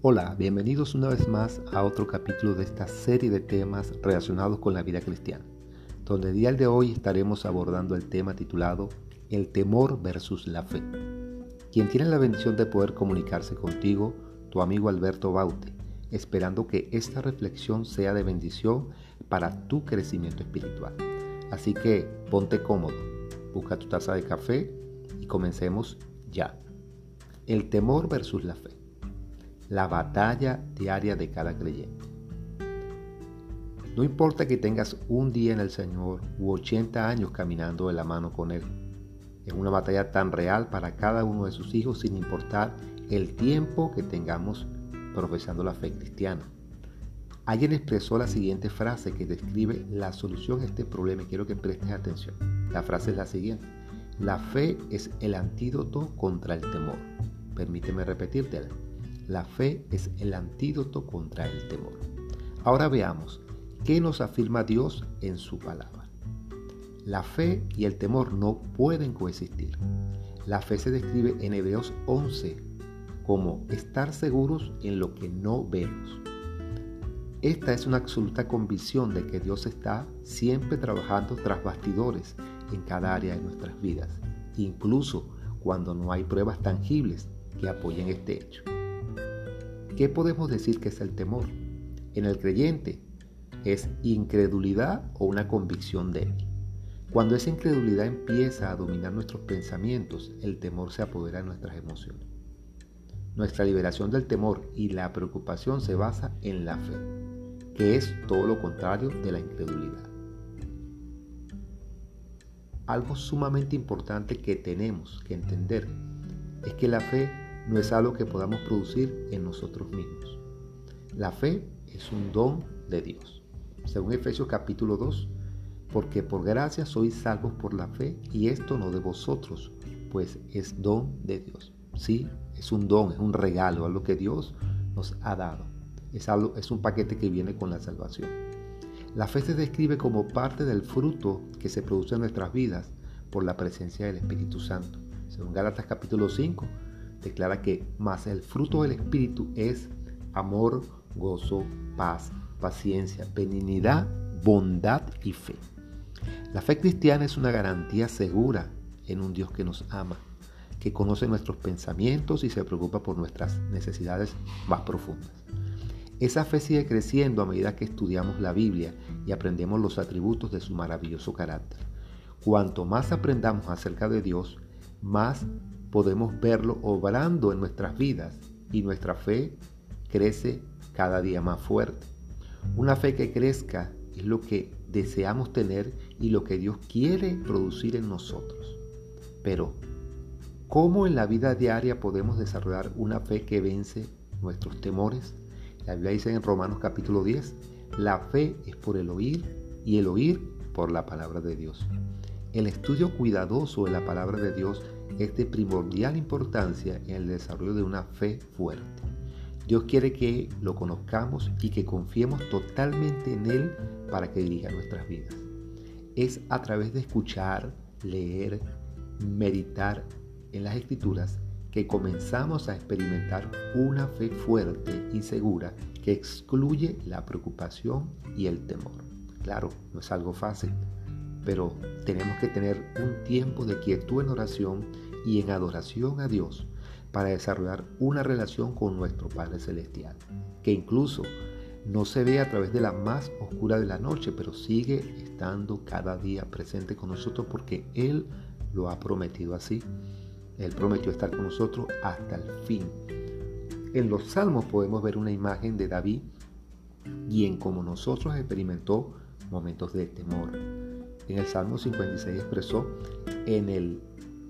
Hola, bienvenidos una vez más a otro capítulo de esta serie de temas relacionados con la vida cristiana, donde el día de hoy estaremos abordando el tema titulado El temor versus la fe. Quien tiene la bendición de poder comunicarse contigo, tu amigo Alberto Baute, esperando que esta reflexión sea de bendición para tu crecimiento espiritual. Así que ponte cómodo, busca tu taza de café y comencemos ya. El temor versus la fe. La batalla diaria de cada creyente. No importa que tengas un día en el Señor u 80 años caminando de la mano con Él. Es una batalla tan real para cada uno de sus hijos sin importar el tiempo que tengamos profesando la fe cristiana. Alguien expresó la siguiente frase que describe la solución a este problema y quiero que prestes atención. La frase es la siguiente: la fe es el antídoto contra el temor. Permíteme repetírtela. La fe es el antídoto contra el temor. Ahora veamos qué nos afirma Dios en su palabra. La fe y el temor no pueden coexistir. La fe se describe en Hebreos 11 como estar seguros en lo que no vemos. Esta es una absoluta convicción de que Dios está siempre trabajando tras bastidores en cada área de nuestras vidas, incluso cuando no hay pruebas tangibles que apoyen este hecho. ¿Qué podemos decir que es el temor? En el creyente es incredulidad o una convicción débil. Cuando esa incredulidad empieza a dominar nuestros pensamientos, el temor se apodera de nuestras emociones. Nuestra liberación del temor y la preocupación se basa en la fe, que es todo lo contrario de la incredulidad. Algo sumamente importante que tenemos que entender es que la fe no es algo que podamos producir en nosotros mismos. La fe es un don de Dios. Según Efesios capítulo 2, porque por gracia sois salvos por la fe, y esto no de vosotros, pues es don de Dios. Sí, es un don, es un regalo, algo que Dios nos ha dado. Es un paquete que viene con la salvación. La fe se describe como parte del fruto que se produce en nuestras vidas por la presencia del Espíritu Santo. Según Gálatas capítulo 5, declara que más el fruto del Espíritu es amor, gozo, paz, paciencia, benignidad, bondad y fe. La fe cristiana es una garantía segura en un Dios que nos ama, que conoce nuestros pensamientos y se preocupa por nuestras necesidades más profundas. Esa fe sigue creciendo a medida que estudiamos la Biblia y aprendemos los atributos de su maravilloso carácter. Cuanto más aprendamos acerca de Dios, más podemos verlo obrando en nuestras vidas y nuestra fe crece cada día más fuerte. Una fe que crezca es lo que deseamos tener y lo que Dios quiere producir en nosotros. Pero, ¿cómo en la vida diaria podemos desarrollar una fe que vence nuestros temores? La Biblia dice en Romanos capítulo 10, la fe es por el oír y el oír por la palabra de Dios. El estudio cuidadoso de la palabra de Dios es de primordial importancia en el desarrollo de una fe fuerte. Dios quiere que lo conozcamos y que confiemos totalmente en Él para que dirija nuestras vidas. Es a través de escuchar, leer, meditar en las Escrituras que comenzamos a experimentar una fe fuerte y segura que excluye la preocupación y el temor. Claro, no es algo fácil, pero tenemos que tener un tiempo de quietud en oración y en adoración a Dios para desarrollar una relación con nuestro Padre Celestial, que incluso no se ve a través de la más oscura de la noche, pero sigue estando cada día presente con nosotros porque Él lo ha prometido así. Él prometió estar con nosotros hasta el fin. En los Salmos podemos ver una imagen de David y en cómo nosotros experimentó momentos de temor. En el Salmo 56 expresó: en el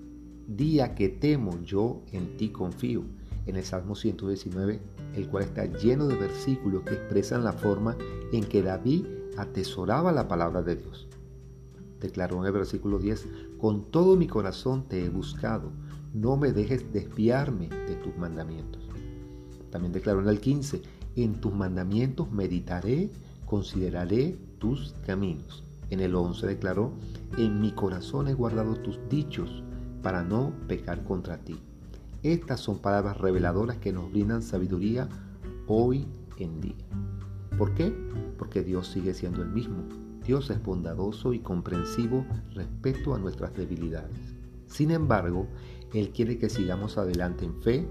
día que temo, yo en ti confío. En el Salmo 119, el cual está lleno de versículos que expresan la forma en que David atesoraba la palabra de Dios. Declaró en el versículo 10, con todo mi corazón te he buscado, no me dejes desviarme de tus mandamientos. También declaró en el 15, en tus mandamientos meditaré, consideraré tus caminos. En el 11 declaró, en mi corazón he guardado tus dichos para no pecar contra ti. Estas son palabras reveladoras que nos brindan sabiduría hoy en día. ¿Por qué? Porque Dios sigue siendo el mismo. Dios es bondadoso y comprensivo respecto a nuestras debilidades. Sin embargo, Él quiere que sigamos adelante en fe,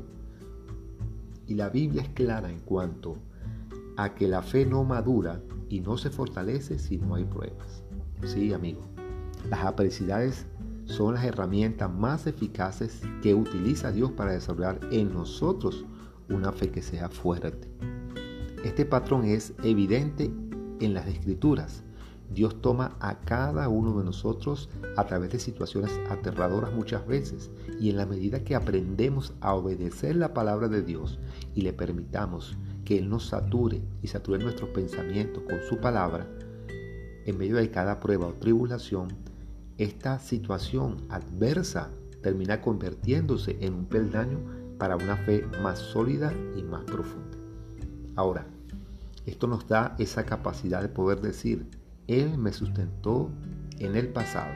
y la Biblia es clara en cuanto a que la fe no madura y no se fortalece si no hay pruebas. Sí, amigo, las adversidades son las herramientas más eficaces que utiliza Dios para desarrollar en nosotros una fe que sea fuerte. Este patrón es evidente en las Escrituras. Dios toma a cada uno de nosotros a través de situaciones aterradoras muchas veces, y en la medida que aprendemos a obedecer la palabra de Dios y le permitamos que Él nos sature y sature nuestros pensamientos con su palabra, en medio de cada prueba o tribulación, esta situación adversa termina convirtiéndose en un peldaño para una fe más sólida y más profunda. Ahora, esto nos da esa capacidad de poder decir: Él me sustentó en el pasado,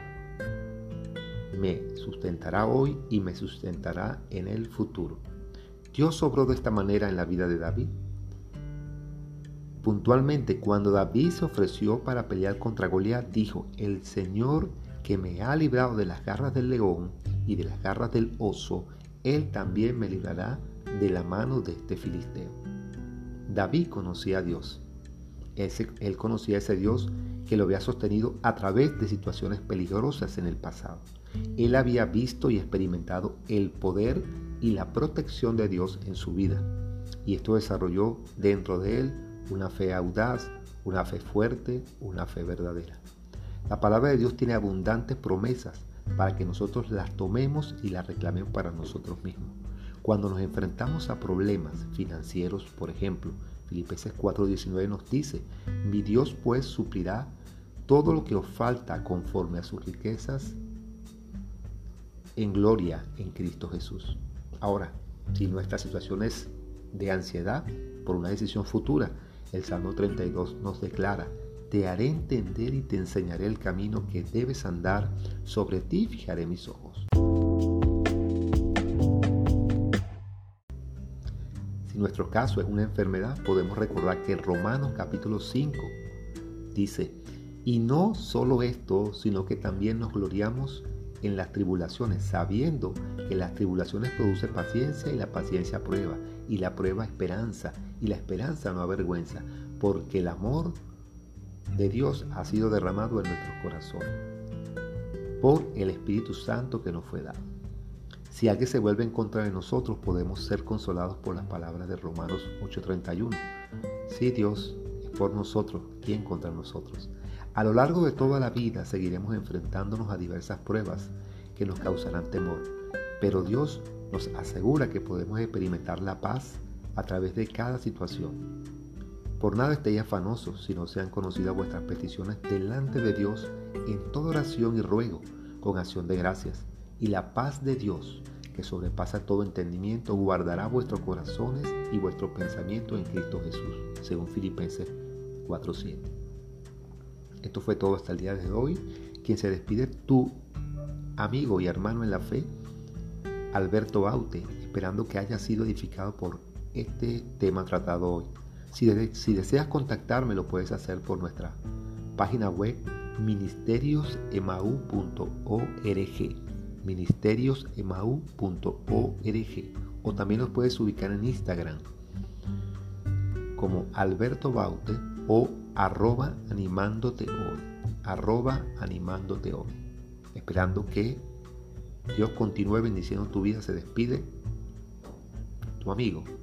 me sustentará hoy y me sustentará en el futuro. Dios obró de esta manera en la vida de David. Puntualmente, cuando David se ofreció para pelear contra Goliat, dijo: el Señor que me ha librado de las garras del león y de las garras del oso, Él también me librará de la mano de este filisteo. David conocía a Dios. Él conocía a ese Dios que lo había sostenido a través de situaciones peligrosas en el pasado. Él había visto y experimentado el poder y la protección de Dios en su vida, y esto desarrolló dentro de él una fe audaz, una fe fuerte, una fe verdadera. La palabra de Dios tiene abundantes promesas para que nosotros las tomemos y las reclamemos para nosotros mismos. Cuando nos enfrentamos a problemas financieros, por ejemplo, Filipenses 4:19 nos dice: mi Dios pues suplirá todo lo que os falta conforme a sus riquezas en gloria en Cristo Jesús. Ahora, si nuestra situación es de ansiedad por una decisión futura, el Salmo 32 nos declara: te haré entender y te enseñaré el camino que debes andar, sobre ti fijaré mis ojos. Si nuestro caso es una enfermedad, podemos recordar que Romanos capítulo 5 dice: y no solo esto, sino que también nos gloriamos en las tribulaciones, sabiendo que las tribulaciones producen paciencia, y la paciencia prueba, y la prueba esperanza, y la esperanza no avergüenza, porque el amor de Dios ha sido derramado en nuestros corazones por el Espíritu Santo que nos fue dado. Si alguien se vuelve en contra de nosotros, podemos ser consolados por las palabras de Romanos 8:31. Si Dios es por nosotros, ¿quién contra nosotros? A lo largo de toda la vida seguiremos enfrentándonos a diversas pruebas que nos causarán temor, pero Dios nos asegura que podemos experimentar la paz a través de cada situación. Por nada estéis afanosos, si no sean conocidas vuestras peticiones delante de Dios en toda oración y ruego, con acción de gracias. Y la paz de Dios, que sobrepasa todo entendimiento, guardará vuestros corazones y vuestros pensamientos en Cristo Jesús, según Filipenses 4:7. Esto fue todo hasta el día de hoy. Quien se despide, tu amigo y hermano en la fe, Alberto Baute, esperando que haya sido edificado por este tema tratado hoy. Si deseas contactarme, lo puedes hacer por nuestra página web ministeriosemau.org, ministeriosemau.org, o también los puedes ubicar en Instagram como Alberto Baute o @animándote hoy, esperando que Dios continúe bendiciendo tu vida. Se despide tu amigo